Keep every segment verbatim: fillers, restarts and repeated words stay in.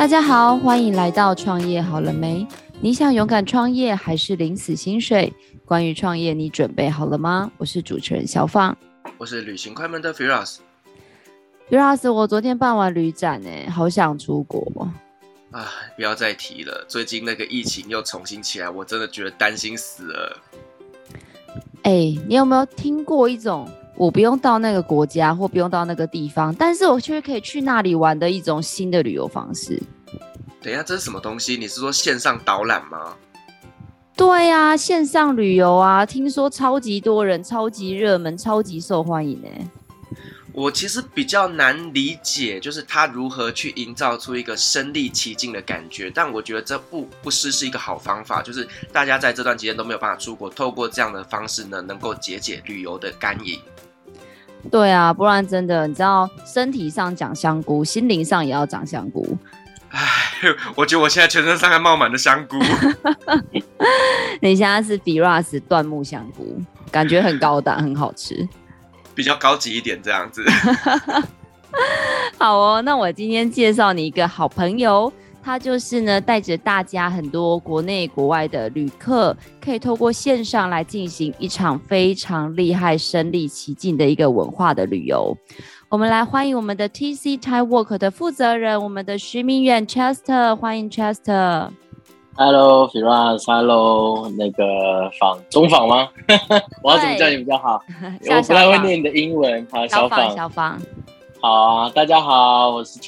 大家好，欢迎来到创业好了没？你想勇敢创业还是领死薪水？关于创业，你准备好了吗？我是主持人小放， 我是旅行快门的 Firas。Firas， 我昨天办完旅展欸，好想出国啊！不要再提了，最近那个疫情又重新起来，我真的觉得担心死了。 哎、欸，你有没有听过一种我不用到那个国家或不用到那个地方，但是我却可以去那里玩的一种新的旅游方式？ 等一下，这是什么东西？你是说线上导览吗？ 对啊，线上旅游啊，听说超级多人，超级热门，超级受欢迎欸。 我其实比较难理解，就是他如何去营造出一个身临其境的感觉。但我觉得这不不失是一个好方法，就是大家在这段期间都没有办法出国，透过这样的方式呢，能够解解旅游的干瘾。 对啊，不然真的，你知道，身体上长香菇，心灵上也要长香菇。 唉，我觉得我现在全身上下冒满的香菇。 你现在是 Firas 椴木香菇，感觉很高档，很好吃。 比较高级一点这样子。 好哦，那我今天介绍你一个好朋友，他就是呢带着大家很多国内国外的旅客，可以透过线上来进行一场非常厉害、身临其境的一个文化的旅游。我们来欢迎我们的 T C Taiwalk 的负责人，我们的徐明远 Chester， 欢迎 Chester。Hello Firas，Hello， 那个访中访吗？我要怎么叫你比较好？我不太会念你的英文。好，小访， 小访。 好啊，大家好，我是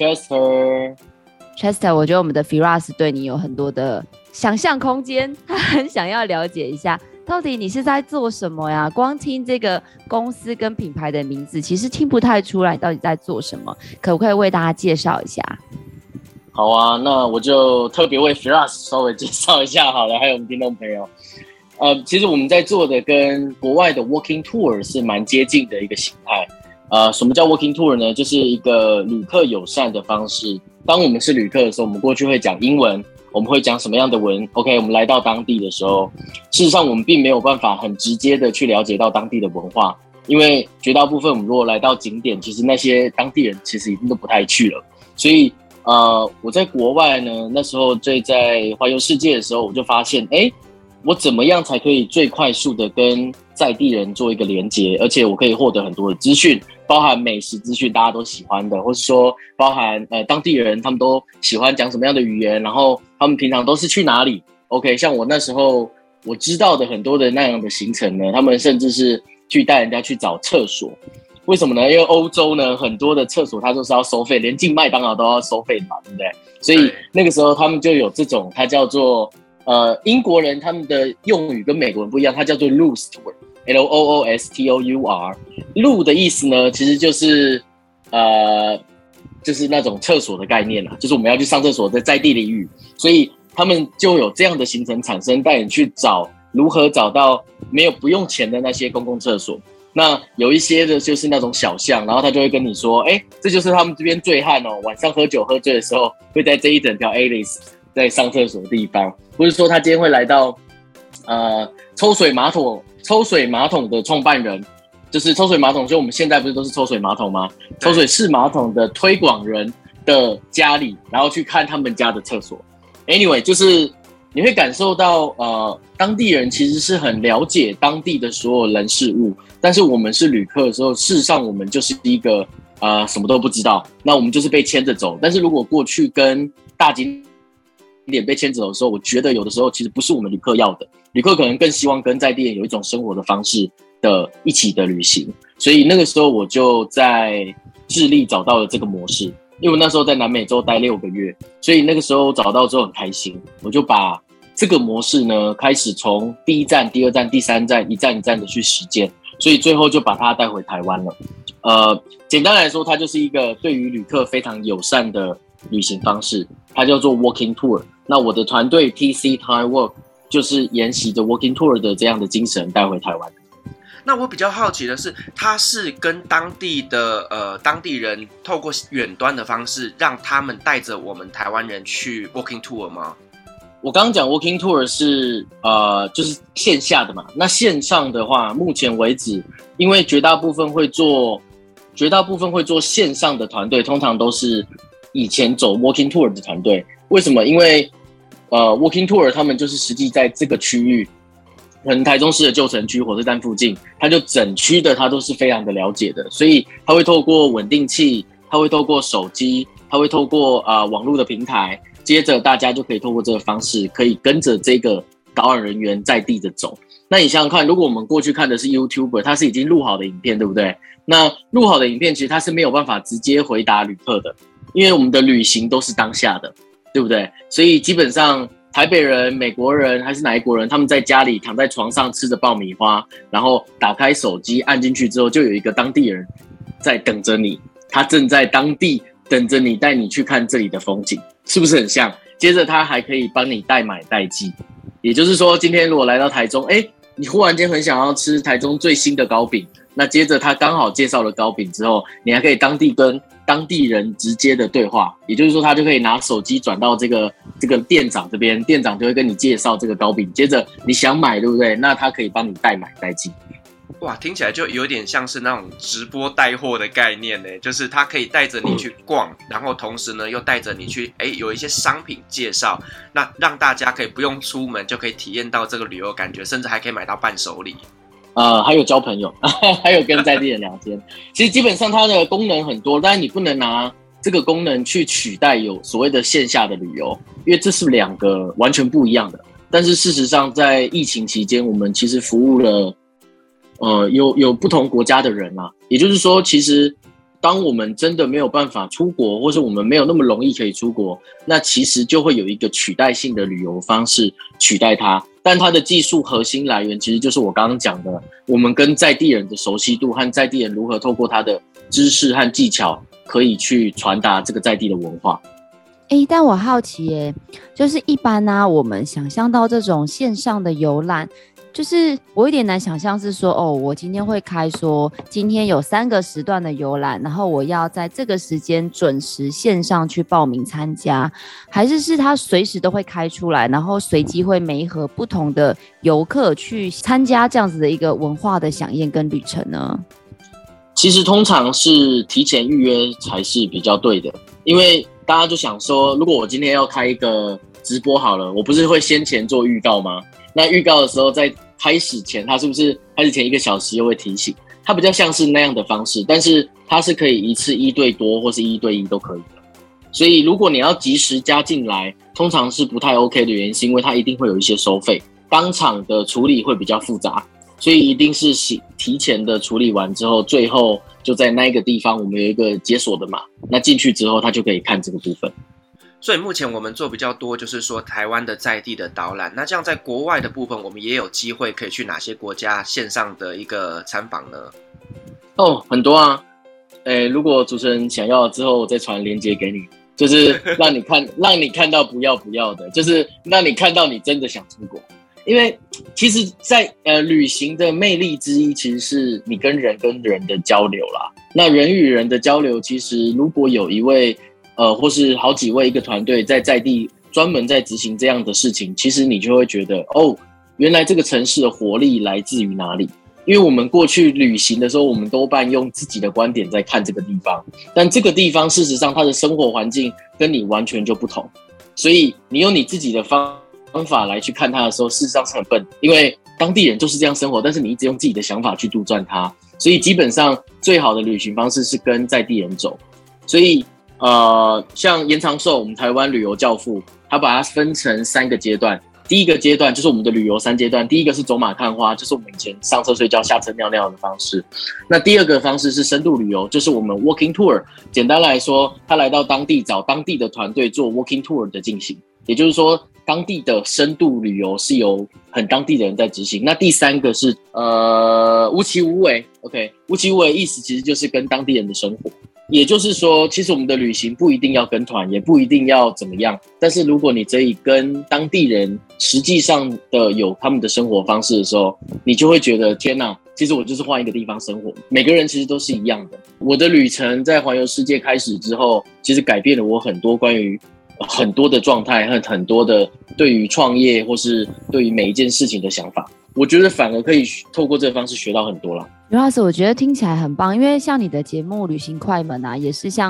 Chester。Chester， 我觉得我们的 Firas 对你有很多的想象空间，他很想要了解一下，到底你是在做什么呀？光听这个公司跟品牌的名字，其实听不太出来你到底在做什么，可不可以为大家介绍一下？ 好啊，那我就特别为 Firas 稍微介绍一下好了，还有我们听众朋友。呃，其实我们在做的跟国外的 Walking Tour 是蛮接近的一个形态。呃，什么叫 Walking Tour 呢？就是一个旅客友善的方式。当我们是旅客的时候，我们过去会讲英文，我们会讲什么样的文 ？OK， 我们来到当地的时候，事实上我们并没有办法很直接的去了解到当地的文化，因为绝大部分我们如果来到景点，其实那些当地人其实已经都不太去了，所以。呃，我在国外呢，那时候最在环游世界的时候，我就发现，哎，我怎么样才可以最快速的跟在地人做一个连结，而且我可以获得很多的资讯，包含美食资讯，大家都喜欢的，或是说包含呃当地人他们都喜欢讲什么样的语言，然后他们平常都是去哪里 ？OK， 像我那时候我知道的很多的那样的行程呢，他们甚至是去带人家去找厕所。为什么呢？因为欧洲呢，很多的厕所它都是要收费，连进麦当劳都要收费嘛，对不对？所以那个时候他们就有这种，它叫做呃英国人他们的用语跟美国人不一样，它叫做 Loose Tour，L O O S T O U R。Loo 的意思呢，其实就是呃就是那种厕所的概念啦，就是我们要去上厕所的在地俚语，所以他们就有这样的行程产生，带你去找如何找到没有不用钱的那些公共厕所。那有一些的就是那种小巷，然后他就会跟你说，哎，这就是他们这边醉汉哦，晚上喝酒喝醉的时候会在这一整条 Alice 在上厕所的地方，或者说他今天会来到呃抽水马桶抽水马桶的创办人，就是抽水马桶，就我们现在不是都是抽水马桶吗？抽水式马桶的推广人的家里，然后去看他们家的厕所。Anyway， 就是你会感受到呃当地人其实是很了解当地的所有人事物。但是我们是旅客的时候，事实上我们就是一个呃什么都不知道，那我们就是被牵着走。但是如果过去跟大景点被牵着走的时候，我觉得有的时候其实不是我们旅客要的，旅客可能更希望跟在地人有一种生活的方式的一起的旅行。所以那个时候我就在智利找到了这个模式，因为我那时候在南美洲待六个月，所以那个时候找到之后很开心，我就把这个模式呢开始从第一站、第二站、第三站一站一站的去实践。所以最后就把它带回台湾了。呃，简单来说，它就是一个对于旅客非常友善的旅行方式，它叫做 Walking Tour。那我的团队 T C Taiwalk 就是沿袭着 Walking Tour 的这样的精神带回台湾。 那我比较好奇的是，它是跟当地的呃当地人透过远端的方式，让他们带着我们台湾人去 Walking Tour 吗？ 我刚刚讲 Walking Tour 是呃就是线下的嘛，那线上的话，目前为止，因为绝大部分会做绝大部分会做线上的团队，通常都是以前走 walking tour 的团队。为什么？因为呃 walking tour 他们就是实际在这个区域，可能台中市的旧城区、火车站附近，他就整区的他都是非常的了解的，所以他会透过稳定器，他会透过手机，他会透过啊、呃、网络的平台，接着大家就可以透过这个方式，可以跟着这个导览人员在地的走。那你想想看，如果我们过去看的是 YouTuber， 他是已经录好的影片，对不对？那录好的影片其实他是没有办法直接回答旅客的，因为我们的旅行都是当下的，对不对？所以基本上台北人、美国人还是哪一国人，他们在家里躺在床上吃着爆米花，然后打开手机按进去之后，就有一个当地人在等着你，他正在当地等着你，带你去看这里的风景，是不是很像？接着他还可以帮你代买代寄，也就是说，今天如果来到台中，哎，你忽然间很想要吃台中最新的糕饼，那接着他刚好介绍了糕饼之后，你还可以当地跟当地人直接的对话，也就是说，他就可以拿手机转到这个这个店长这边，店长就会跟你介绍这个糕饼，接着你想买，对不对？那他可以帮你代买代寄。 哇，听起来就有点像是那种直播带货的概念呢，就是他可以带着你去逛，嗯、然后同时呢又带着你去，哎，有一些商品介绍，那让大家可以不用出门就可以体验到这个旅游感觉，甚至还可以买到伴手礼。 呃，还有交朋友，还有跟在地人聊天。其实基本上它的功能很多，但是你不能拿这个功能去取代有所谓的线下的旅游，因为这是两个完全不一样的。但是事实上，在疫情期间，我们其实服务了呃有有不同国家的人啊，也就是说，其实当我们真的没有办法出国，或是我们没有那么容易可以出国，那其实就会有一个取代性的旅游方式取代它。但它的技术核心来源其实就是我刚刚讲的，我们跟在地人的熟悉度和在地人如何透过他的知识和技巧，可以去传达这个在地的文化。 欸，但我好奇耶，就是一般啊，我们想象到这种线上的游览，就是我有点难想象是说，哦，我今天会开说，今天有三个时段的游览，然后我要在这个时间准时线上去报名参加，还是是它随时都会开出来，然后随机会媒合不同的游客去参加这样子的一个文化的飨宴跟旅程呢？ 其实通常是提前预约才是比较对的，因为大家就想说，如果我今天要开一个直播好了，我不是会先前做预告吗？那预告的时候，在开始前，它是不是开始前一个小时又会提醒？它比较像是那样的方式，但是它是可以一次一对多或是一对一都可以的。所以如果你要及时加进来，通常是不太 OK 的原因，是因为它一定会有一些收费，当场的处理会比较复杂，所以一定是提前的处理完之后，最后就在那个地方我们有一个解锁的码，那进去之后他就可以看这个部分。 所以目前我们做比较多，就是说台湾的在地的导览。那这样在国外的部分，我们也有机会可以去哪些国家线上的一个参访呢？ 哦，很多啊。诶，如果主持人想要之后，我再传链接给你，就是让你看，让你看到不要不要的，就是让你看到你真的想出国。因为其实在，在呃旅行的魅力之一，其实是你跟人跟人的交流啦。那人与人的交流，其实如果有一位呃，或是好几位一个团队在在地专门在执行这样的事情，其实你就会觉得，哦，原来这个城市的活力来自于哪里？因为我们过去旅行的时候，我们多半用自己的观点在看这个地方，但这个地方事实上它的生活环境跟你完全就不同，所以你用你自己的方方法来去看它的时候，事实上是很笨，因为当地人就是这样生活，但是你一直用自己的想法去杜撰它，所以基本上最好的旅行方式是跟在地人走，所以。呃，像严长寿，我们台湾旅游教父，他把它分成三个阶段。第一个阶段就是我们的旅游三阶段，第一个是走马看花，就是我们以前上车睡觉、下车尿尿的方式。那第二个方式是深度旅游，就是我们 walking tour。简单来说，他来到当地找当地的团队做 walking tour 的进行，也就是说，当地的深度旅游是由很当地的人在执行。那第三个是呃无奇无为 ，OK， 无奇无为意思其实就是跟当地人的生活。也就是说，其实我们的旅行不一定要跟团，也不一定要怎么样。但是如果你可以跟当地人实际上的有他们的生活方式的时候，你就会觉得天哪，其实我就是换一个地方生活。每个人其实都是一样的。我的旅程在环游世界开始之后，其实改变了我很多关于很多的状态和很多的对于创业或是对于每一件事情的想法。我觉得反而可以透过这个方式学到很多啦。 刘老师，我觉得听起来很棒，因为像你的节目《旅行快门》啊，也是像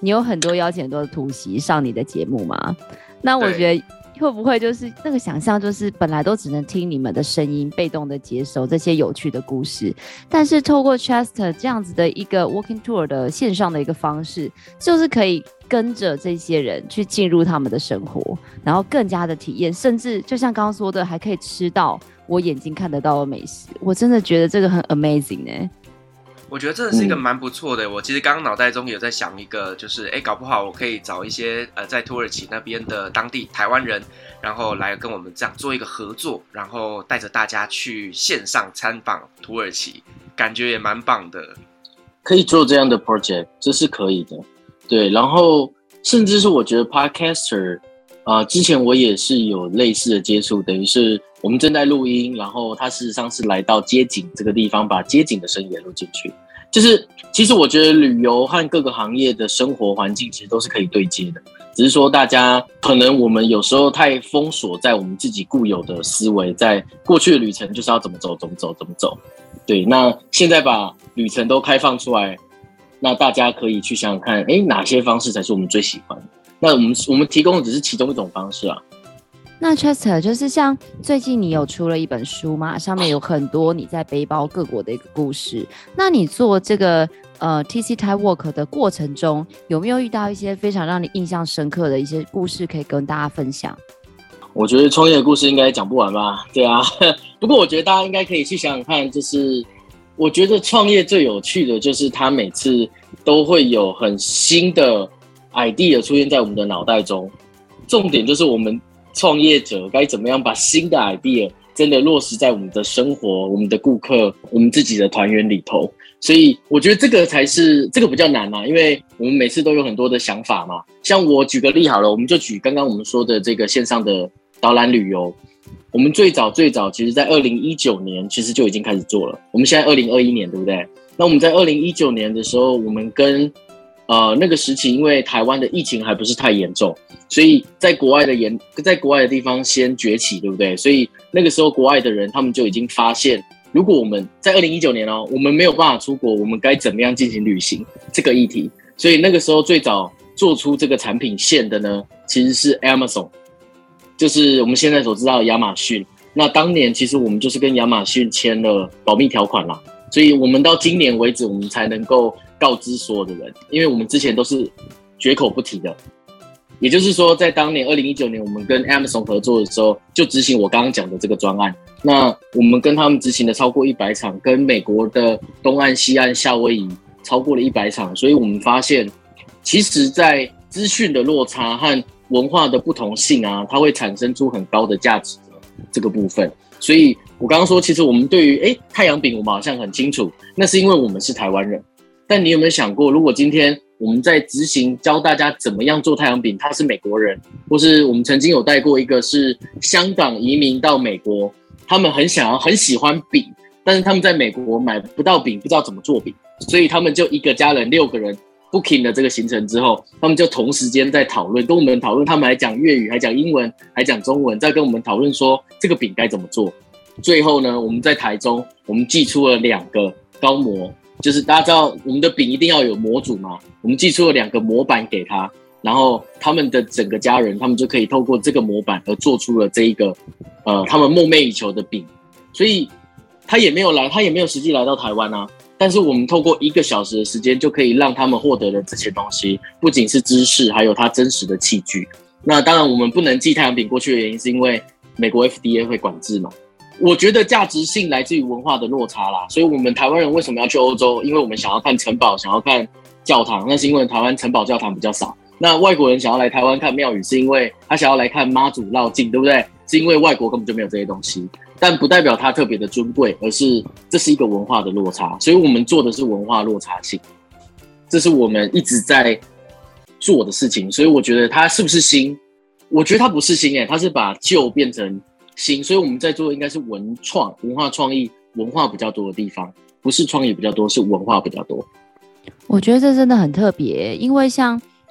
你有很多邀请很多的突袭上你的节目嘛？那我觉得会不会就是那个想象，就是本来都只能听你们的声音，被动的接收这些有趣的故事，但是透过 Chester 这样子的一个 Walking Tour 的线上的一个方式，就是可以跟着这些人去进入他们的生活，然后更加的体验，甚至就像刚刚说的，还可以吃到我眼睛看得到的美食。我真的觉得这个很 amazing 欸。 我觉得真的是一个蛮不错的、嗯。我其实刚刚脑袋中有在想一个，就是哎，搞不好我可以找一些呃在土耳其那边的当地台湾人，然后来跟我们这样做一个合作，然后带着大家去线上参访土耳其，感觉也蛮棒的。 可以做这样的 project， 这是可以的。对，然后甚至是我觉得 podcaster， 啊、呃，之前我也是有类似的接触，等于是我们正在录音，然后他事实上是来到街景这个地方，把街景的声音也录进去。就是其实我觉得旅游和各个行业的生活环境其实都是可以对接的，只是说大家可能我们有时候太封锁在我们自己固有的思维，在过去的旅程就是要怎么走怎么走怎么走。对，那现在把旅程都开放出来，那大家可以去想想看，哎，哪些方式才是我们最喜欢的？那我们我们提供的只是其中一种方式啊。 那 Chester 就是像最近你有出了一本书嘛，上面有很多你在背包各国的一个故事。那你做这个呃 T C Thai Walk 的过程中，有没有遇到一些非常让你印象深刻的一些故事可以跟大家分享？ 我觉得创业的故事应该讲不完吧？对啊，不过我觉得大家应该可以去想想看，就是我觉得创业最有趣的就是它每次都会有很新的 idea 出现在我们的脑袋中，重点就是我们创业者该怎么样把新的 idea 真的落实在我们的生活、我们的顾客、我们自己的团员里头。所以我觉得这个才是这个比较难嘛，因为我们每次都有很多的想法嘛。像我举个例好了，我们就举刚刚我们说的这个线上的导览旅游，我们最早最早其实在二零一九年其实就已经开始做了。我们现在二零二一年对不对？那我们在二零一九年的时候，我们跟呃那个时期因为台湾的疫情还不是太严重，所以在国外的严在国外的地方先崛起，对不对？所以那个时候国外的人他们就已经发现，如果我们在二零一九年哦，我们没有办法出国，我们该怎么样进行旅行这个议题。所以那个时候最早做出这个产品线的呢，其实是 Amazon， 就是我们现在所知道的亚马逊。那当年其实我们就是跟亚马逊签了保密条款啦，所以我们到今年为止，我们才能够告知所有的人，因为我们之前都是绝口不提的。也就是说，在当年二零一九年，我们跟 Amazon 合作的时候，就执行我刚刚讲的这个专案。那我们跟他们执行了超过一百场，跟美国的东岸、西岸、夏威夷超过了一百场。所以我们发现，其实在资讯的落差和文化的不同性啊，它会产生出很高的价值的这个部分。所以我刚刚说，其实我们对于诶太阳饼，我们好像很清楚，那是因为我们是台湾人。但你有没有想过，如果今天我们在执行教大家怎么样做太阳饼，他是美国人，或是我们曾经有带过一个是香港移民到美国，他们很想要很喜欢饼，但是他们在美国买不到饼，不知道怎么做饼，所以他们就一个家人六个人 booking 了这个行程之后，他们就同时间在讨论，跟我们讨论，他们还讲粤语，还讲英文，还讲中文，再跟我们讨论说这个饼该怎么做。最后呢，我们在台中，我们寄出了两个高模，就是大家知道我们的饼一定要有模组嘛，我们寄出了两个模板给他，然后他们的整个家人，他们就可以透过这个模板而做出了这一个呃他们梦寐以求的饼。所以他也没有来，他也没有实际来到台湾啊，但是我们透过一个小时的时间就可以让他们获得了这些东西，不仅是知识，还有他真实的器具。那当然我们不能寄太阳饼过去的原因是因为美国 F D A 会管制嘛。我觉得价值性来自于文化的落差啦，所以我们台湾人为什么要去欧洲？因为我们想要看城堡，想要看教堂，那是因为台湾城堡教堂比较少。那外国人想要来台湾看庙宇，是因为他想要来看妈祖绕境，对不对？是因为外国根本就没有这些东西，但不代表它特别的尊贵，而是这是一个文化的落差，所以我们做的是文化落差性，这是我们一直在做的事情。所以我觉得它是不是新？我觉得它不是新诶，它是把旧变成新，所以我们在做的应该是文创、文化创意、文化比较多的地方，不是创意比较多，是文化比较多。 我觉得这真的很特别，因为像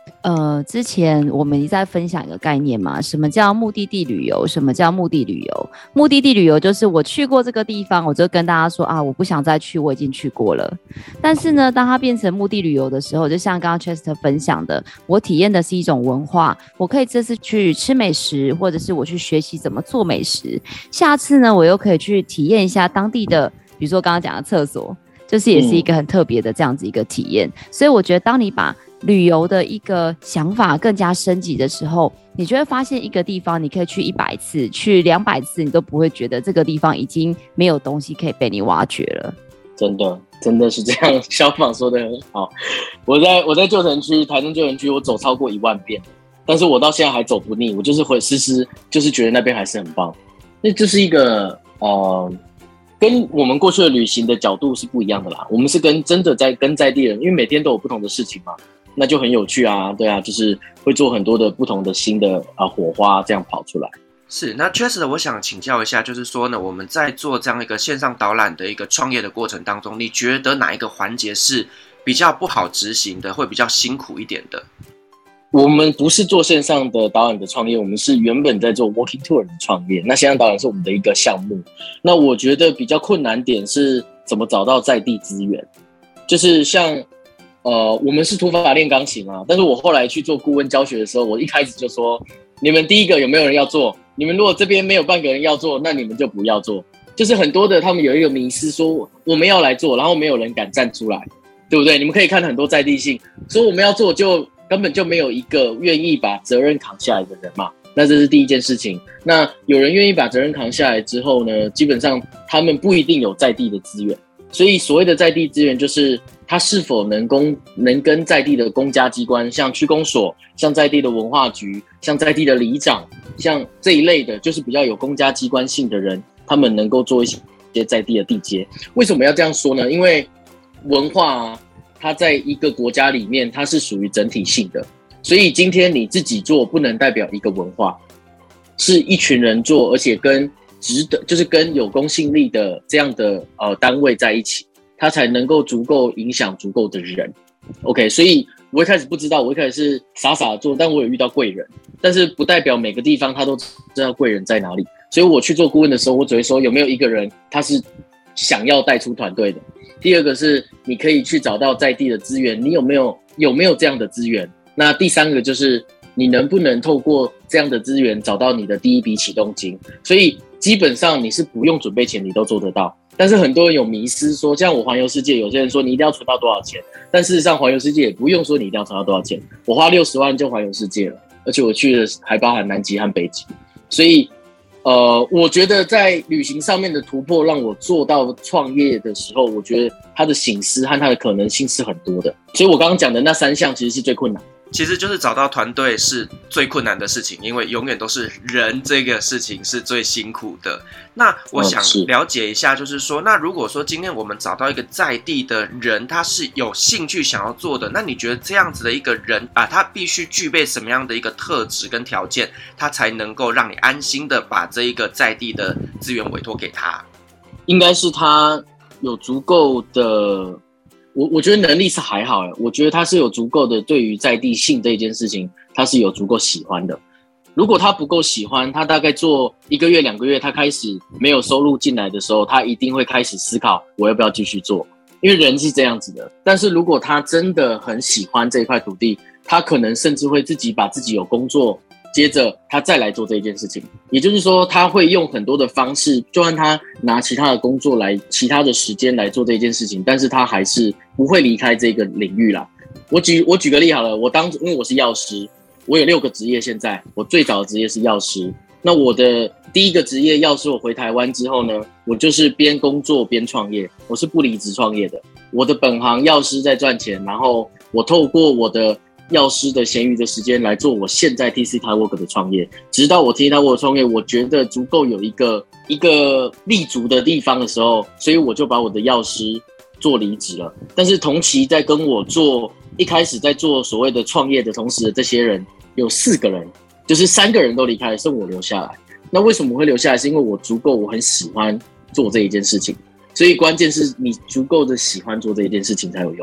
呃，之前我们一直在分享一个概念嘛，什么叫目的地旅游？什么叫目的旅游？目的地旅游就是我去过这个地方，我就跟大家说啊，我不想再去，我已经去过了。但是呢，当它变成目的旅游的时候，就像刚刚 Chester 分享的，我体验的是一种文化，我可以这次去吃美食，或者是我去学习怎么做美食。下次呢，我又可以去体验一下当地的，比如说刚刚讲的厕所，就是也是一个很特别的这样子一个体验。嗯、所以我觉得，当你把旅游的一个想法更加升级的时候，你就会发现一个地方你可以去一百次，去两百次，你都不会觉得这个地方已经没有东西可以被你挖掘了。真的， 真的是这样。小访说的很好。我在我在旧城区，台中旧城区，我走超过一万遍，但是我到现在还走不腻。我就是会时时就是觉得那边还是很棒。那就是一个呃，跟我们过去的旅行的角度是不一样的啦。我们是跟真的在跟在地人，因为每天都有不同的事情嘛。那就很有趣啊，对啊，就是会做很多的不同的新的啊火花这样跑出来。 是，那 Chester 我想请教一下，就是说呢，我们在做这样一个线上导览的一个创业的过程当中，你觉得哪一个环节是比较不好执行的，会比较辛苦一点的？ 我们不是做线上的导览的创业，我们是原本在做 walking tour 的创业。那线上导览是我们的一个项目。那我觉得比较困难点是怎么找到在地资源，就是像。呃，我们是土法炼钢琴啊，但是我后来去做顾问教学的时候，我一开始就说，你们第一个有没有人要做？你们如果这边没有半个人要做，那你们就不要做。就是很多的他们有一个迷思，说我们要来做，然后没有人敢站出来，对不对？你们可以看很多在地性，说我们要做，就根本就没有一个愿意把责任扛下来的人嘛。那这是第一件事情。那有人愿意把责任扛下来之后呢，基本上他们不一定有在地的资源。所以所谓的在地资源，就是他是否能公能跟在地的公家机关，像区公所、像在地的文化局、像在地的里长，像这一类的，就是比较有公家机关性的人，他们能够做一些在地的地接。为什么要这样说呢？因为文化啊，它在一个国家里面，它是属于整体性的，所以今天你自己做不能代表一个文化，是一群人做，而且跟值得就是跟有公信力的这样的呃单位在一起，它才能够足够影响足够的人。OK， 所以我一开始不知道，我一开始是傻傻的做，但我有遇到贵人，但是不代表每个地方他都知道贵人在哪里。所以我去做顾问的时候，我只会说有没有一个人他是想要带出团队的。第二个是你可以去找到在地的资源，你有没有有没有这样的资源？那第三个就是你能不能透过这样的资源找到你的第一笔启动金？所以基本上你是不用准备钱，你都做得到。但是很多人有迷思说，像我环游世界，有些人说你一定要存到多少钱，但事实上环游世界也不用说你一定要存到多少钱。我花六十万就环游世界了，而且我去的还包含南极和北极。所以，呃，我觉得在旅行上面的突破，让我做到创业的时候，我觉得它的省思和它的可能性是很多的。所以我刚刚讲的那三项其实是最困难的。 其实就是找到团队是最困难的事情，因为永远都是人这个事情是最辛苦的。那我想了解一下，就是说，那如果说今天我们找到一个在地的人，他是有兴趣想要做的，那你觉得这样子的一个人啊，他必须具备什么样的一个特质跟条件，他才能够让你安心的把这一个在地的资源委托给他？ 应该是他有足够的。我我觉得能力是还好，我觉得他是有足够的对于在地性这一件事情，他是有足够喜欢的。如果他不够喜欢，他大概做一个月两个月，他开始没有收入进来的时候，他一定会开始思考我要不要继续做，因为人是这样子的。但是如果他真的很喜欢这一块土地，他可能甚至会自己把自己有工作，接着他再来做这一件事情。也就是说，他会用很多的方式，就算他拿其他的工作来其他的时间来做这件事情，但是他还是不会离开这个领域啦。我举我举个例好了，我当因为我是药师，我有六个职业，现在我最早的职业是药师。那我的第一个职业药师，我回台湾之后呢，我就是边工作边创业，我是不离职创业的。我的本行药师在赚钱，然后我透过我的药师的闲余的时间来做我现在 T C Taiwork 的创业，直到我 T C Taiwork 的创业，我觉得足够有一个一个立足的地方的时候，所以我就把我的药师做离职了。但是同期在跟我做一开始在做所谓的创业的同时的这些人有四个人，就是三个人都离开了，剩我留下来。那为什么会留下来？是因为我足够我很喜欢做这一件事情，所以关键是你足够的喜欢做这一件事情才有用。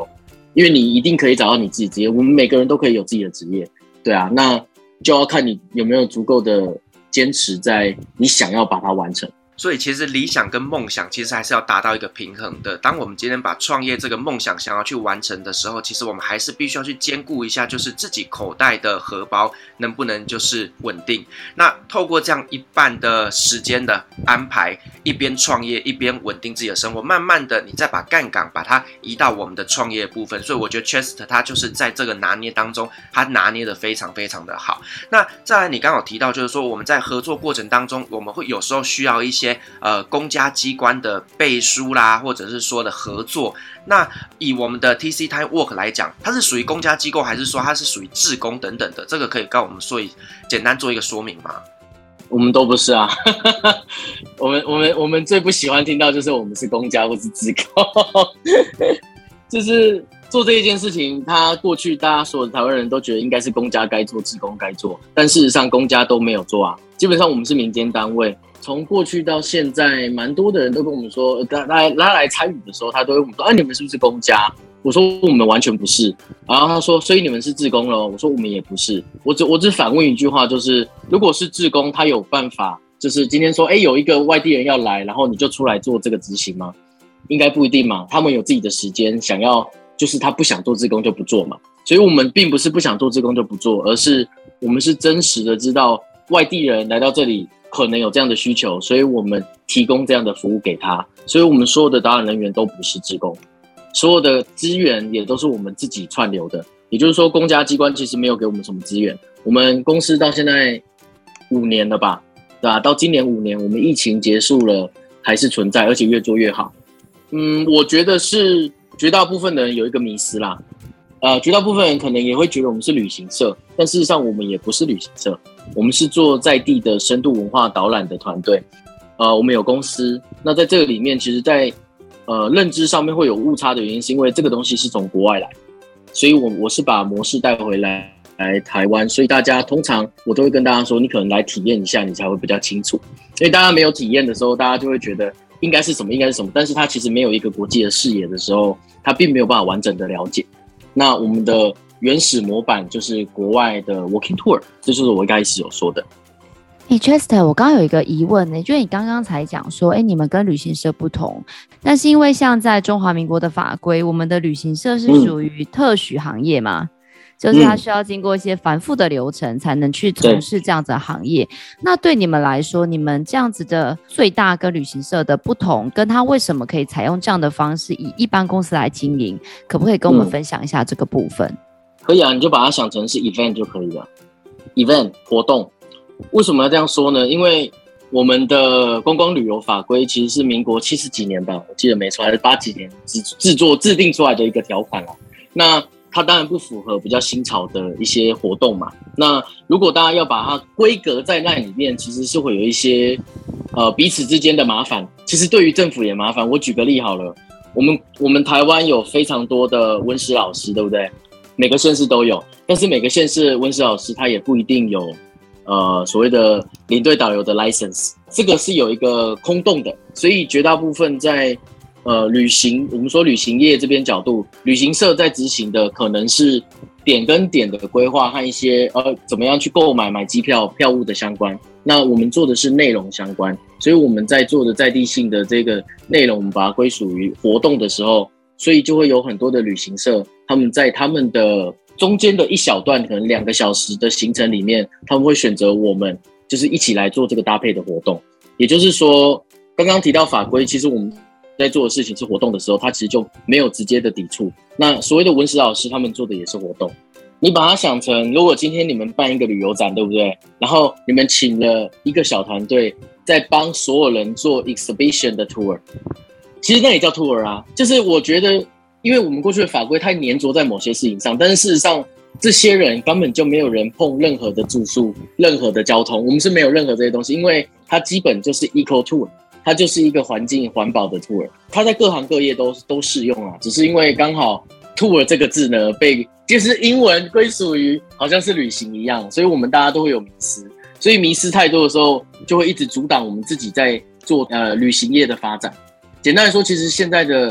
因为你一定可以找到你自己职业，我们每个人都可以有自己的职业，对啊，那就要看你有没有足够的坚持在你想要把它完成。 所以其实理想跟梦想其实还是要达到一个平衡的。当我们今天把创业这个梦想想要去完成的时候，其实我们还是必须要去兼顾一下，就是自己口袋的荷包能不能就是稳定。那透过这样一半的时间的安排，一边创业一边稳定自己的生活，慢慢的你再把杠杆把它移到我们的创业部分。所以我觉得 Chester 他就是在这个拿捏当中，他拿捏的非常非常的好。那再来你刚好提到就是说我们在合作过程当中，我们会有时候需要一些呃，公家机关的背书啦，或者是说的合作。那以我们的 T C Time Work 来讲，它是属于公家机构，还是说它是属于志工等等的？这个可以跟我们说一简单做一个说明吗？ 我们都不是啊，我们我们我们最不喜欢听到就是我们是公家或是志工，就是做这一件事情，他过去大家所有的台湾人都觉得应该是公家该做，志工该做，但事实上公家都没有做啊。基本上我们是民间单位。从过去到现在，蛮多的人都跟我们说，他来他来参与的时候，他都会问我们说：“啊，你们是不是公家？”我说：“我们完全不是。”然后他说：“所以你们是志工咯？”我说：“我们也不是。”我只我只反问一句话，就是如果是志工，他有办法，就是今天说，哎，有一个外地人要来，然后你就出来做这个执行吗？应该不一定嘛。他们有自己的时间，想要就是他不想做志工就不做嘛。所以我们并不是不想做志工就不做，而是我们是真实的知道外地人来到这里。可能有这样的需求，所以我们提供这样的服务给他。所以我们所有的导览人员都不是志工，所有的资源也都是我们自己串流的。也就是说，公家机关其实没有给我们什么资源。我们公司到现在五年了吧，对吧？到今年五年，我们疫情结束了，还是存在，而且越做越好。嗯，我觉得是绝大部分的人有一个迷思啦。呃，绝大部分人可能也会觉得我们是旅行社，但事实上我们也不是旅行社，我们是做在地的深度文化导览的团队。呃，我们有公司，那在这个里面，其实在呃认知上面会有误差的原因，是因为这个东西是从国外来，所以我我是把模式带回来来台湾，所以大家通常我都会跟大家说，你可能来体验一下，你才会比较清楚。因为大家没有体验的时候，大家就会觉得应该是什么，应该是什么，但是他其实没有一个国际的视野的时候，他并没有办法完整的了解。那我们的原始模板就是国外的 Walking Tour， 这就是我一开始有说的。 欸 Chester， 我刚刚有一个疑问呢，就是你刚刚才讲说，哎，你们跟旅行社不同，但是因为像在中华民国的法规，我们的旅行社是属于特许行业嘛，嗯、就是它需要经过一些繁复的流程才能去从事这样子的行业。那对你们来说，你们这样子的最大跟旅行社的不同，跟它为什么可以采用这样的方式以一般公司来经营，可不可以跟我们分享一下这个部分？嗯、 可以啊，你就把它想成是 event 就可以了 ，event 活动。为什么要这样说呢？因为我们的观光旅游法规其实是民国七十几年吧，我记得没错，还是八几年制作制定出来的一个条款啦。那它当然不符合比较新潮的一些活动嘛。那如果大家要把它规格在那里面，其实是会有一些呃彼此之间的麻烦。其实对于政府也麻烦。我举个例好了，我们我们台湾有非常多的温师老师，对不对？每个县市都有，但是每个县市的温师老师他也不一定有。呃，所谓的领队导游的 license， 这个是有一个空洞的，所以绝大部分在呃旅行，我们说旅行业这边角度，旅行社在执行的可能是点跟点的规划和一些呃怎么样去购买买机票票务的相关。那我们做的是内容相关，所以我们在做的在地性的这个内容，我们把它归属于活动的时候，所以就会有很多的旅行社，他们在他们的中间的一小段可能两个小时的行程里面，他们会选择我们就是一起来做这个搭配的活动。也就是说，刚刚提到法规，其实我们在做的事情是活动的时候，它其实就没有直接的抵触。那所谓的文史老师，他们做的也是活动。你把它想成，如果今天你们办一个旅游展，对不对？然后你们请了一个小团队，在帮所有人做 exhibition 的 tour， 其实那也叫 tour 啊。就是我觉得。因为我们过去的法规太黏着在某些事情上，但是事实上，这些人根本就没有人碰任何的住宿、任何的交通，我们是没有任何这些东西，因为它基本就是 eco tour， 它就是一个环境环保的 tour， 它在各行各业都都适用啊，只是因为刚好 tour 这个字呢，被就是英文归属于好像是旅行一样，所以我们大家都会有迷思，所以迷思太多的时候，就会一直阻挡我们自己在做呃旅行业的发展。简单来说，其实现在的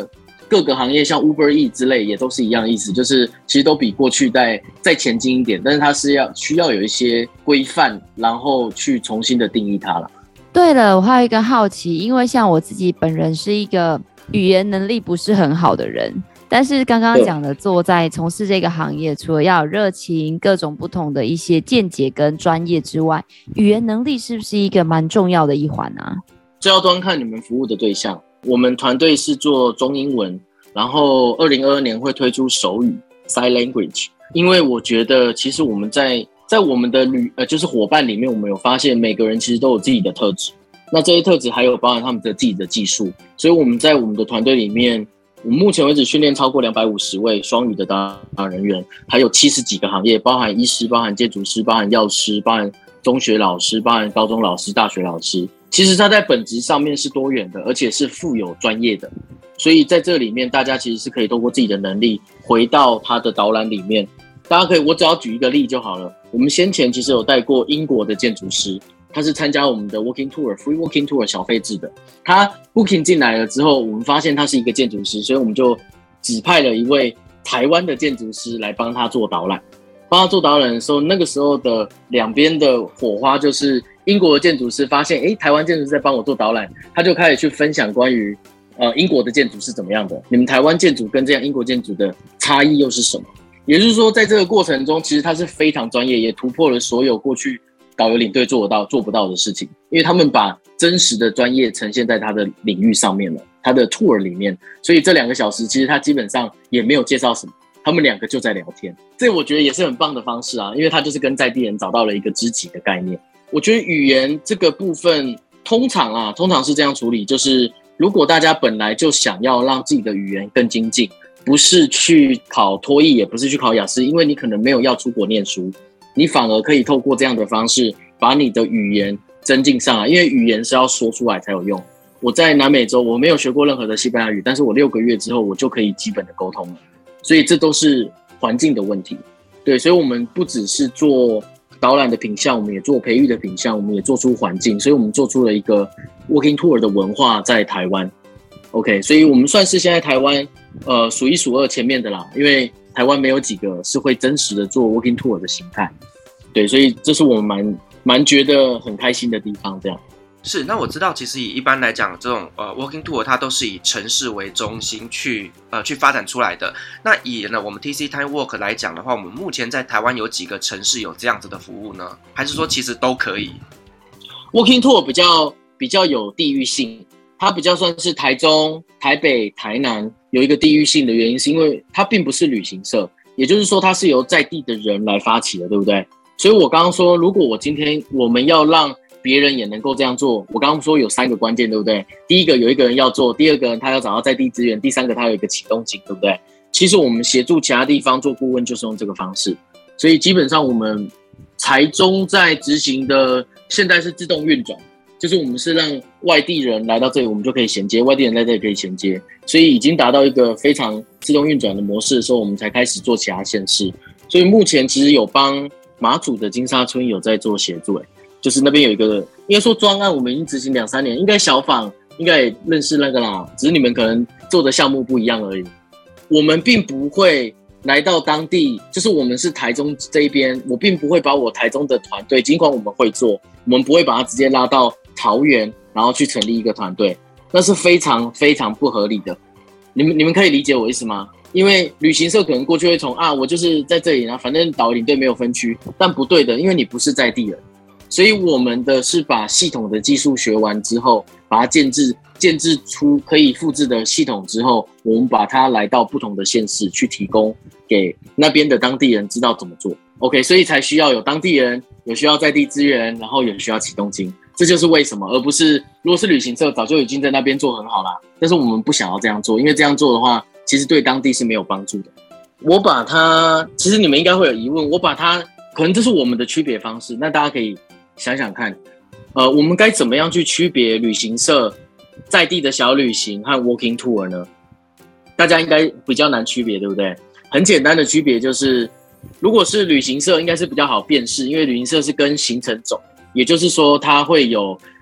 各个行业像 Uber E 之类也都是一样的意思，就是其实都比过去再再前进一点，但是它是要需要有一些规范，然后去重新的定义它了。 对了，我还有一个好奇，因为像我自己本人是一个语言能力不是很好的人，但是刚刚讲的做在从事这个行业，除了要有热情、各种不同的一些见解跟专业之外，语言能力是不是一个蛮重要的一环啊？ 这要端看你们服务的对象。我们团队是做中英文，然后二零二二年会推出手语 （Sign Language）， 因为我觉得其实我们在在我们的旅呃就是伙伴里面，我们有发现每个人其实都有自己的特质，那这些特质还有包含他们的自己的技术，所以我们在我们的团队里面，我们目前为止训练超过两百五十位双语的导览人员，还有七十几个行业，包含医师、包含建筑师、包含药师、包含中学老师、包含高中老师、大学老师。其实它在本质上面是多元的，而且是富有专业的，所以在这里面，大家其实是可以透过自己的能力回到他的导览里面。大家可以，我只要举一个例就好了。我们先前其实有带过英国的建筑师，他是参加我们的 Walking Tour Free Walking Tour 小费制的。他 Booking 进来了之后，我们发现他是一个建筑师，所以我们就指派了一位台湾的建筑师来帮他做导览。帮他做导览的时候，那个时候的两边的火花就是英国的建筑师发现，哎，台湾建筑师在帮我做导览，他就开始去分享关于呃英国的建筑是怎么样的，你们台湾建筑跟这样英国建筑的差异又是什么？也就是说，在这个过程中，其实他是非常专业，也突破了所有过去导游领队做得到做不到的事情，因为他们把真实的专业呈现在他的领域上面了，他的 tour 里面，所以这两个小时其实他基本上也没有介绍什么。他们两个就在聊天，这我觉得也是很棒的方式啊，因为他就是跟在地人找到了一个知己的概念。我觉得语言这个部分，通常啊，通常是这样处理，就是如果大家本来就想要让自己的语言更精进，不是去考托译，也不是去考雅思，因为你可能没有要出国念书，你反而可以透过这样的方式把你的语言增进上来，因为语言是要说出来才有用。我在南美洲，我没有学过任何的西班牙语，但是我六个月之后，我就可以基本的沟通了。所以这都是环境的问题，对，所以我们不只是做导览的品项，我们也做培育的品项，我们也做出环境，所以我们做出了一个 Walking Tour 的文化在台湾 ，OK， 所以我们算是现在台湾呃数一数二前面的啦，因为台湾没有几个是会真实的做 Walking Tour 的形态，对，所以这是我们蛮蛮觉得很开心的地方，这样。 是，那我知道，其实以一般来讲，这种呃 walking tour 它都是以城市为中心去呃去发展出来的。那以呢我们 T C Time Walk 来讲的话，我们目前在台湾有几个城市有这样子的服务呢？还是说其实都可以 ？Walking tour 比较比较有地域性，它比较算是台中、台北、台南有一个地域性的原因，是因为它并不是旅行社，也就是说它是由在地的人来发起的，对不对？所以我刚刚说，如果我今天我们要让别人也能够这样做，我刚刚说有三个关键，对不对？第一个有一个人要做，第二个人他要找到在地资源，第三个他有一个启动金，对不对？其实我们协助其他地方做顾问就是用这个方式，所以基本上我们台中在执行的现在是自动运转，就是我们是让外地人来到这里，我们就可以衔接，外地人在这里可以衔接，所以已经达到一个非常自动运转的模式的时候，我们才开始做其他县市。所以目前其实有帮马祖的金沙村有在做协助、欸，就是那边有一个，应该说专案，我们已经执行两三年，应该小访应该也认识那个啦，只是你们可能做的项目不一样而已。我们并不会来到当地，就是我们是台中这一边，我并不会把我台中的团队，尽管我们会做，我们不会把它直接拉到桃园，然后去成立一个团队，那是非常非常不合理的。你们你们可以理解我意思吗？因为旅行社可能过去会从啊，我就是在这里啊，反正导游领队没有分区，但不对的，因为你不是在地人。所以我们的是把系统的技术学完之后，把它建制建制出可以复制的系统之后，我们把它来到不同的县市去提供给那边的当地人知道怎么做。OK， 所以才需要有当地人，有需要在地资源，然后有需要启动金，这就是为什么，而不是如果是旅行社早就已经在那边做很好啦，但是我们不想要这样做，因为这样做的话，其实对当地是没有帮助的。我把它，其实你们应该会有疑问，我把它，可能这是我们的区别方式，那大家可以想想看，呃，我们该怎么样去区别旅行社在地的小旅行和 walking tour 呢？大家应该比较难区别，对不对？很简单的区别就是，如果是旅行社，应该是比较好辨识，因为旅行社是跟行程走，也就是说它会有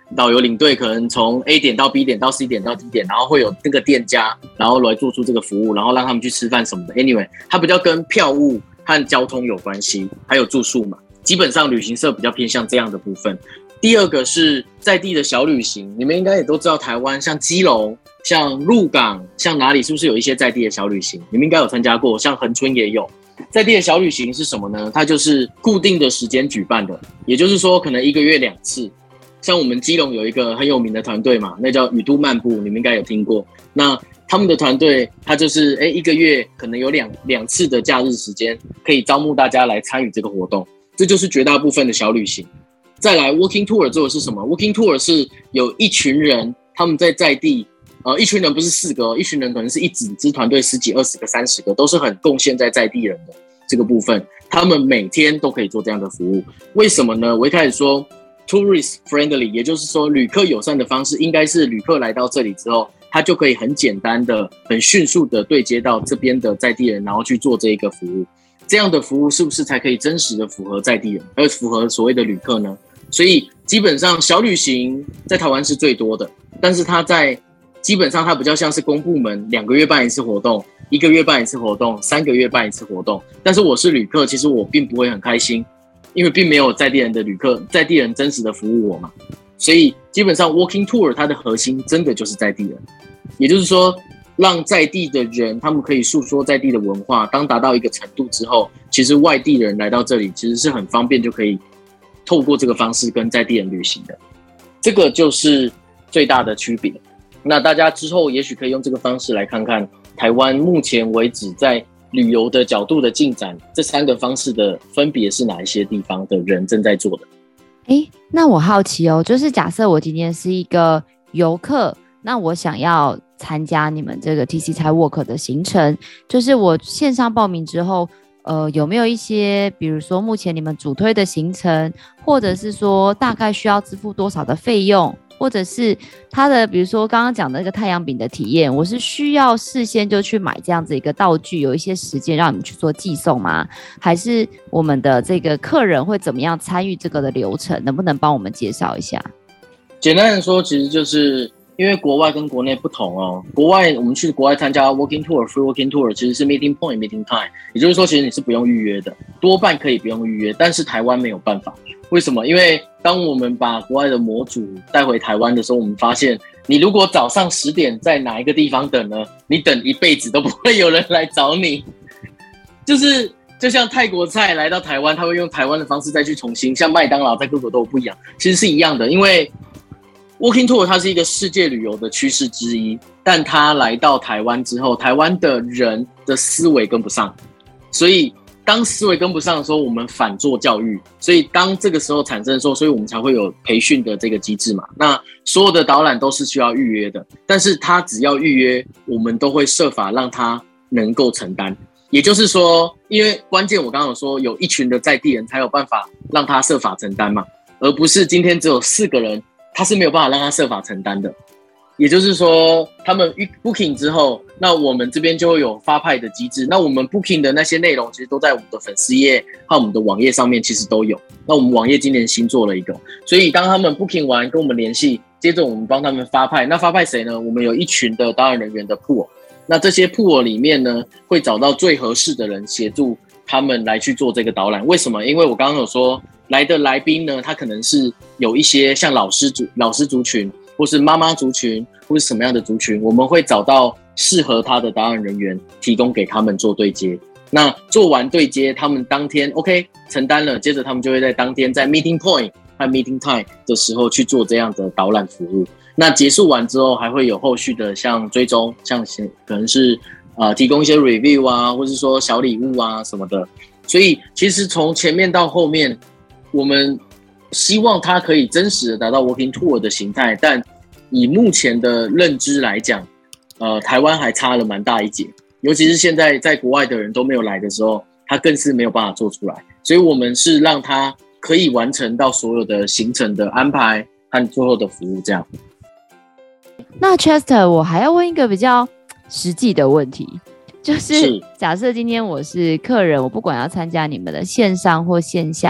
导游领队可能从 A 点到 B 点到 C 点到 D 点，然后会有那个店家，然后来做出这个服务，然后让他们去吃饭什么的。Anyway， 它比较跟票务和交通有关系，还有住宿嘛。基本上旅行社比较偏向这样的部分。第二个是在地的小旅行，你们应该也都知道，台湾像基隆、像鹿港、像哪里是不是有一些在地的小旅行？你们应该有参加过，像恒春也有。在地的小旅行是什么呢？它就是固定的时间举办的，也就是说可能一个月两次。像我们基隆有一个很有名的团队嘛，那叫雨都漫步，你们应该有听过。那他们的团队，他就是哎一个月可能有两两次的假日时间，可以招募大家来参与这个活动，这就是绝大部分的小旅行。再来 Walking Tour 做的是什么 ？Walking Tour 是有一群人他们在在地，呃，一群人不是四个、哦，一群人可能是一整支团队十几、二十个、三十个，都是很贡献在在地人的这个部分。他们每天都可以做这样的服务，为什么呢？我一开始说 tourist friendly， 也就是说旅客友善的方式，应该是旅客来到这里之后，他就可以很简单的、很迅速的对接到这边的在地人，然后去做这一个服务。这样的服务是不是才可以真实的符合在地人，而符合所谓的旅客呢？所以基本上小旅行在台湾是最多的，但是它在基本上它比较像是公部门两个月办一次活动，一个月办一次活动，三个月办一次活动。但是我是旅客，其实我并不会很开心，因为并没有在地人的旅客，在地人真实的服务我嘛。所以基本上 Walking Tour 它的核心真的就是在地人，也就是说让在地的人他们可以诉说在地的文化。当达到一个程度之后，其实外地人来到这里其实是很方便就可以透过这个方式跟在地人旅行的，这个就是最大的区别。那大家之后也许可以用这个方式来看看台湾目前为止在旅游的角度的进展，这三个方式的分别是哪一些地方的人正在做的。 诶，那我好奇哦，就是假设我今天是一个游客，那我想要参加你们这个 T C Thai Walk 的行程，就是我线上报名之后，呃，有没有一些，比如说目前你们主推的行程，或者是说大概需要支付多少的费用，或者是它的，比如说刚刚讲的那个太阳饼的体验，我是需要事先就去买这样子一个道具，有一些时间让你们去做寄送吗？还是我们的这个客人会怎么样参与这个的流程？能不能帮我们介绍一下？ 简单的说，其实就是因为国外跟国内不同哦，国外我们去国外参加 Walking Tour、Free Walking Tour 其实是 Meeting Point、Meeting Time， 也就是说其实你是不用预约的，多半可以不用预约，但是台湾没有办法。为什么？因为当我们把国外的模组带回台湾的时候，我们发现你如果早上十点在哪一个地方等呢，你等一辈子都不会有人来找你。就是就像泰国菜来到台湾，他会用台湾的方式再去重新，像麦当劳在各国都不一样，其实是一样的。因为 Walking Tour 它是一个世界旅游的趋势之一，但它来到台湾之后，台湾的人的思维跟不上，所以当思维跟不上的时候，我们反做教育，所以当这个时候产生的时候，所以我们才会有培训的这个机制嘛。那所有的导览都是需要预约的，但是他只要预约，我们都会设法让他能够承担。也就是说，因为关键我刚刚有说，有一群的在地人才有办法让他设法承担嘛，而不是今天只有四个人，他是没有办法让他设法承担的。也就是说，他们 booking 之后，那我们这边就会有发派的机制。那我们 booking 的那些内容，其实都在我们的粉丝页和我们的网页上面，其实都有。那我们网页今年新做了一个，所以当他们 booking 完跟我们联系，接着我们帮他们发派。那发派谁呢？我们有一群的导览人员的 pool， 那这些 pool 里面呢，会找到最合适的人协助他们来去做这个导览。为什么？因为我刚刚有说，来的来宾呢，他可能是有一些像老师族、老师族群，或是妈妈族群，或是什么样的族群，我们会找到适合他的导览人员，提供给他们做对接。那做完对接，他们当天 OK 承担了，接着他们就会在当天在 Meeting Point 和 Meeting Time 的时候去做这样的导览服务。那结束完之后，还会有后续的像追踪，像可能是呃提供一些 review 啊，或是说小礼物啊什么的。所以其实从前面到后面，我们希望它可以真实的达到 Walking Tour 的形态，但以目前的认知来讲，呃，台湾还差了蛮大一截，尤其是现在在国外的人都没有来的时候，它更是没有办法做出来。所以我们是让它可以完成到所有的行程的安排和最后的服务这样。 那 Chester， 我还要问一个比较实际的问题，就是假设今天我是客人，我不管要参加你们的线上或线下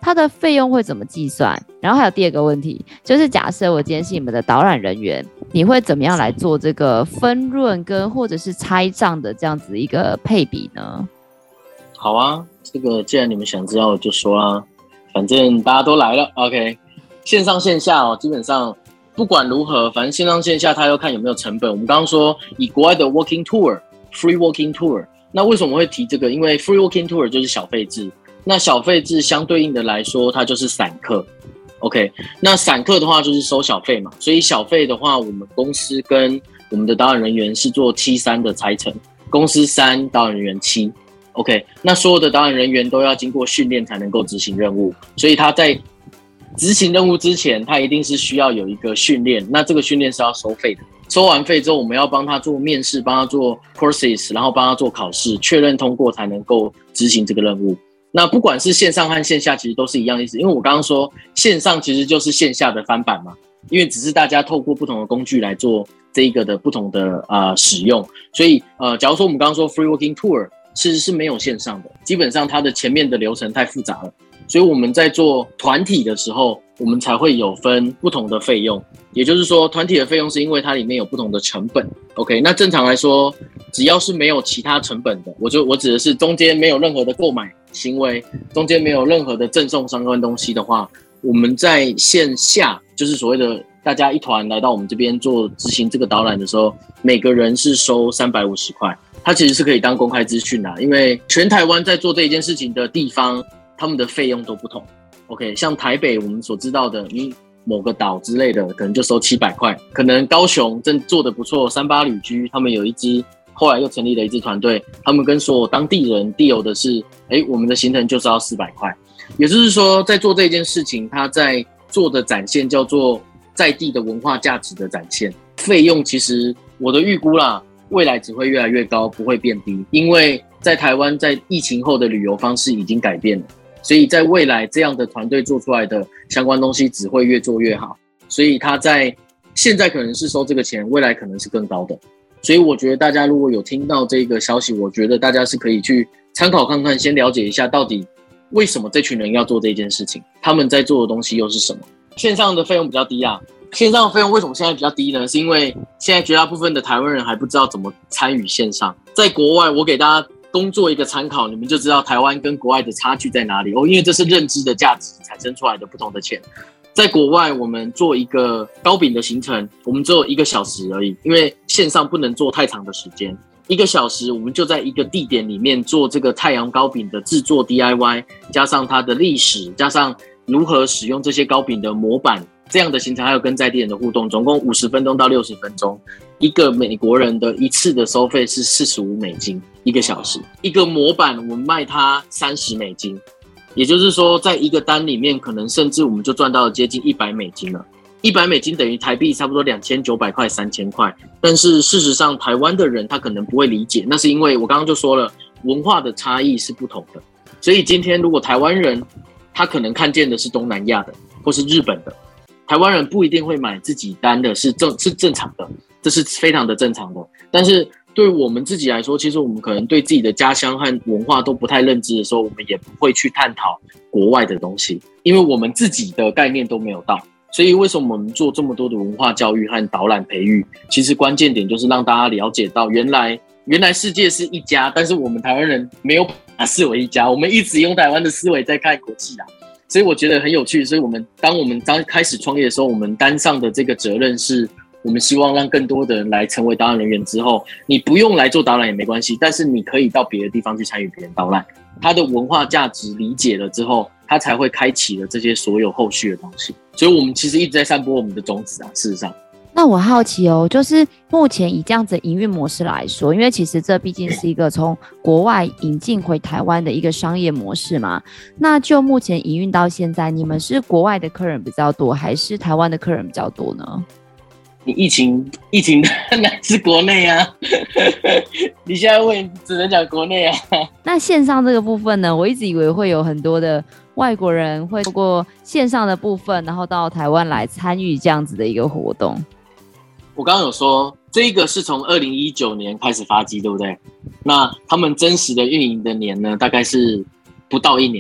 它的费用会怎么计算？然后还有第二个问题，就是假设我今天是你们的导览人员，你会怎么样来做这个分润跟或者是拆账的这样子一个配比呢？ 好啊，这个既然你们想知道，我就说啦，反正大家都来了 ，OK。线上线下哦，基本上不管如何，反正线上线下它要看有没有成本。我们刚刚说以国外的 walking tour、free walking tour， 那为什么会提这个？因为 free walking tour 就是小费制，那小费制相对应的来说，它就是散客。OK， 那散客的话就是收小费嘛，所以小费的话，我们公司跟我们的导览人员是做七三的拆成，公司三，导览人员七。OK， 那所有的导览人员都要经过训练才能够执行任务，所以他在执行任务之前，他一定是需要有一个训练，那这个训练是要收费的。收完费之后，我们要帮他做面试，帮他做 courses， 然后帮他做考试，确认通过才能够执行这个任务。那不管是线上和线下，其实都是一样的意思，因为我刚刚说线上其实就是线下的翻版嘛，因为只是大家透过不同的工具来做这一个的不同的呃使用，所以呃，假如说我们刚刚说 free walking tour， 其实是没有线上的，基本上它的前面的流程太复杂了，所以我们在做团体的时候，我们才会有分不同的费用，也就是说团体的费用是因为它里面有不同的成本。 OK， 那正常来说只要是没有其他成本的，我就我指的是中间没有任何的购买行为，中间没有任何的赠送相关东西的话，我们在线下就是所谓的大家一团来到我们这边做执行这个导览的时候，每个人是收三百五十块，它其实是可以当公开资讯的，因为全台湾在做这一件事情的地方，他们的费用都不同。 OK， 像台北我们所知道的，你某个岛之类的可能就收七百块，可能高雄正做得不错，三八旅居他们有一支后来又成立了一支团队，他们跟所有当地人 deal 的是，哎，我们的行程就是要四百块，也就是说在做这件事情，他在做的展现叫做在地的文化价值的展现，费用其实我的预估啦，未来只会越来越高，不会变低，因为在台湾在疫情后的旅游方式已经改变了，所以在未来这样的团队做出来的相关东西只会越做越好，所以他在现在可能是收这个钱，未来可能是更高的，所以我觉得大家如果有听到这个消息，我觉得大家是可以去参考看看，先了解一下到底为什么这群人要做这件事情，他们在做的东西又是什么。线上的费用比较低啊，线上的费用为什么现在比较低呢？是因为现在绝大部分的台湾人还不知道怎么参与线上。在国外，我给大家工作一个参考，你们就知道台湾跟国外的差距在哪里哦，因为这是认知的价值产生出来的不同的钱。在国外，我们做一个糕饼的行程，我们只有一个小时而已，因为线上不能做太长的时间。一个小时，我们就在一个地点里面做这个太阳糕饼的制作 D I Y， 加上它的历史，加上如何使用这些糕饼的模板，这样的行程还有跟在地人的互动，总共五十分钟到六十分钟。一个美国人的一次的收费是四十五美金一个小时，一个模板我们卖它三十美金。也就是说，在一个单里面，可能甚至我们就赚到了接近一百美金了。一百美金等于台币差不多两千九百块、三千块。但是事实上，台湾的人他可能不会理解，那是因为我刚刚就说了，文化的差异是不同的。所以今天如果台湾人他可能看见的是东南亚的或是日本的，台湾人不一定会买自己单的，是正是正常的，这是非常的正常的。但是对我们自己来说，其实我们可能对自己的家乡和文化都不太认知的时候，我们也不会去探讨国外的东西，因为我们自己的概念都没有到。所以为什么我们做这么多的文化教育和导览培育，其实关键点就是让大家了解到原来原来世界是一家，但是我们台湾人没有把它视为一家，我们一直用台湾的思维在看国际啦。所以我觉得很有趣，所以我们当我们刚开始创业的时候，我们担上的这个责任是，我们希望让更多的人来成为导览人员之后，你不用来做导览也没关系，但是你可以到别的地方去参与别人导览，他的文化价值理解了之后，他才会开启了这些所有后续的东西。所以我们其实一直在散播我们的种子啊，事实上。 那我好奇哦，就是目前以这样子的营运模式来说，因为其实这毕竟是一个从国外引进回台湾的一个商业模式嘛，那就目前营运到现在，你们是国外的客人比较多，还是台湾的客人比较多呢？ 你疫情疫情当然是国内啊，你现在问只能讲国内啊。 那线上这个部分呢，我一直以为会有很多的外国人会透过线上的部分，然后到台湾来参与这样子的一个活动。 我刚刚有说，这个是从二零一九年开始发机，对不对？那他们真实的运营的年呢，大概是不到一年。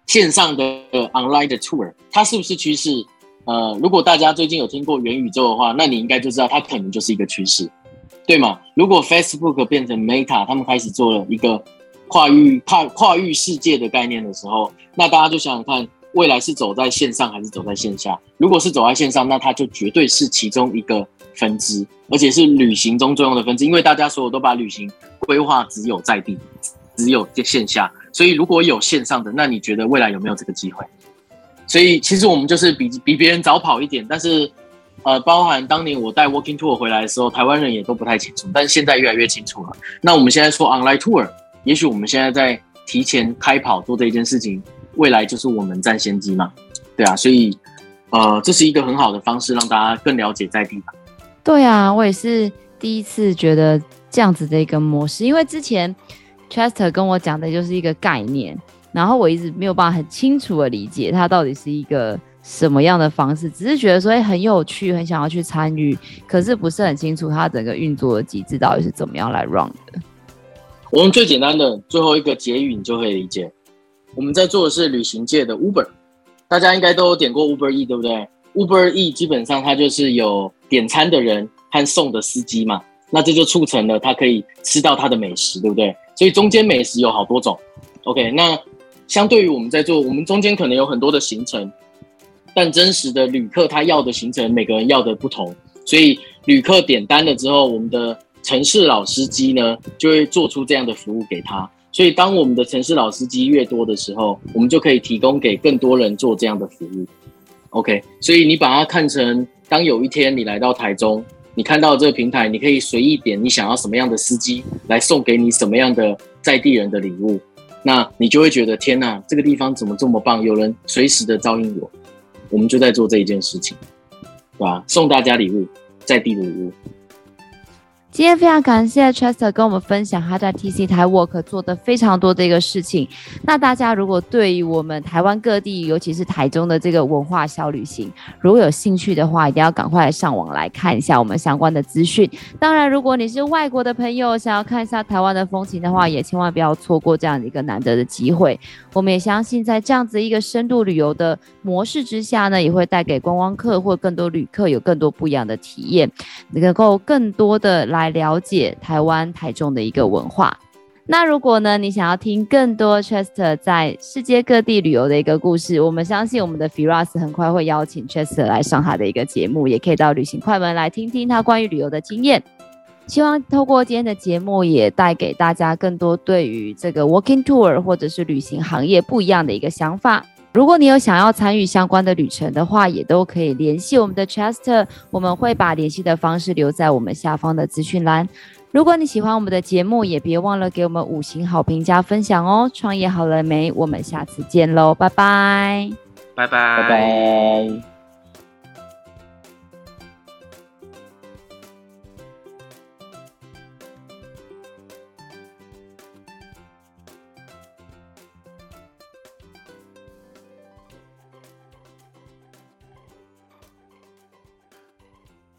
线上的 online 的 tour， 它是不是趋势？呃，如果大家最近有听过元宇宙的话，那你应该就知道它可能就是一个趋势，对吗？如果 Facebook 变成 Meta， 他们开始做了一个跨域跨跨域世界的概念的时候，那大家就想想看，未来是走在线上还是走在线下？如果是走在线上，那它就绝对是其中一个分支，而且是旅行中重要的分支，因为大家所有都把旅行规划只有在地，只有线下，所以如果有线上的，那你觉得未来有没有这个机会？所以其实我们就是比比别人早跑一点，但是呃，包含当年我带 Walking Tour 回来的时候，台湾人也都不太清楚，但是现在越来越清楚了。那我们现在说 Online Tour， 也许我们现在在提前开跑做这一件事情，未来就是我们占先机嘛，对啊，所以呃，这是一个很好的方式，让大家更了解在地吧。 对啊，我也是第一次觉得这样子的一个模式，因为之前 Chester 跟我讲的就是一个概念，然后我一直没有办法很清楚的理解它到底是一个什么样的方式，只是觉得说很有趣，很想要去参与，可是不是很清楚它整个运作的机制到底是怎么样来 run 的。 我们最简单的最后一个结语你就可以理解，我们在做的是旅行界的 Uber， 大家应该都有点过 Uber E 对不对？ Uber E 基本上它就是有点餐的人和送的司机嘛，那这就促成了他可以吃到他的美食，对不对？所以中间美食有好多种 OK， 那相对于我们在做，我们中间可能有很多的行程，但真实的旅客他要的行程每个人要的不同，所以旅客点单了之后，我们的城市老司机呢就会做出这样的服务给他，所以当我们的城市老司机越多的时候，我们就可以提供给更多人做这样的服务 OK， 所以你把它看成，当有一天你来到台中，你看到这个平台，你可以随意点你想要什么样的司机来送给你什么样的在地人的礼物，那你就会觉得天哪，这个地方怎么这么棒，有人随时的照应我，我们就在做这一件事情，对吧？送大家礼物，在地的礼物。 今天非常感谢 Chester 跟我们分享他在 T C Thai Walk 做的非常多的一个事情。那大家如果对于我们台湾各地，尤其是台中的这个文化小旅行，如果有兴趣的话，一定要赶快上网来看一下我们相关的资讯。当然，如果你是外国的朋友，想要看一下台湾的风情的话，也千万不要错过这样的一个难得的机会。我们也相信，在这样子一个深度旅游的模式之下呢，也会带给观光客或更多旅客有更多不一样的体验，能够更多的来来了解台湾台中的一个文化。那如果呢，你想要听更多 Chester 在世界各地旅游的一个故事，我们相信我们的 Firas 很快会邀请 Chester 来上他的一个节目，也可以到旅行快门来听听他关于旅游的经验。希望透过今天的节目也带给大家更多对于这个 Walking Tour 或者是旅行行业不一样的一个想法。如果你有想要参与相关的旅程的话，也都可以联系我们的 Chester， 我们会把联系的方式留在我们下方的资讯栏。如果你喜欢我们的节目，也别忘了给我们五星好评加分享哦。创业好了没？我们下次见喽，拜拜， 拜拜， 拜拜。